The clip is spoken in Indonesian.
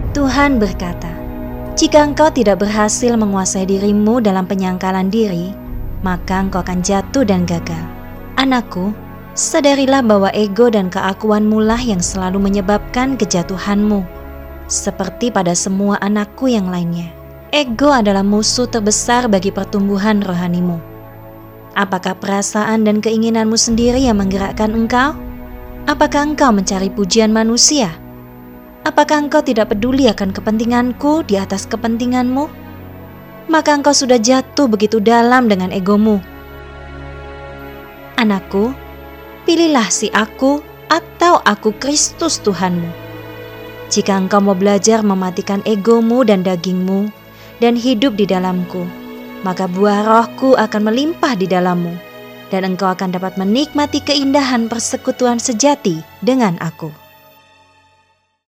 Tuhan berkata, jika engkau tidak berhasil menguasai dirimu dalam penyangkalan diri, maka engkau akan jatuh dan gagal. Anakku, sadarilah bahwa ego dan keakuanmu lah yang selalu menyebabkan kejatuhanmu. Seperti pada semua anakku yang lainnya, ego adalah musuh terbesar bagi pertumbuhan rohanimu. Apakah perasaan dan keinginanmu sendiri yang menggerakkan engkau? Apakah engkau mencari pujian manusia? Apakah engkau tidak peduli akan kepentinganku di atas kepentinganmu? Maka engkau sudah jatuh begitu dalam dengan egomu. Anakku, pilihlah si aku atau aku Kristus Tuhanmu. Jika engkau mau belajar mematikan egomu dan dagingmu dan hidup di dalamku, maka buah rohku akan melimpah di dalammu, dan engkau akan dapat menikmati keindahan persekutuan sejati dengan aku.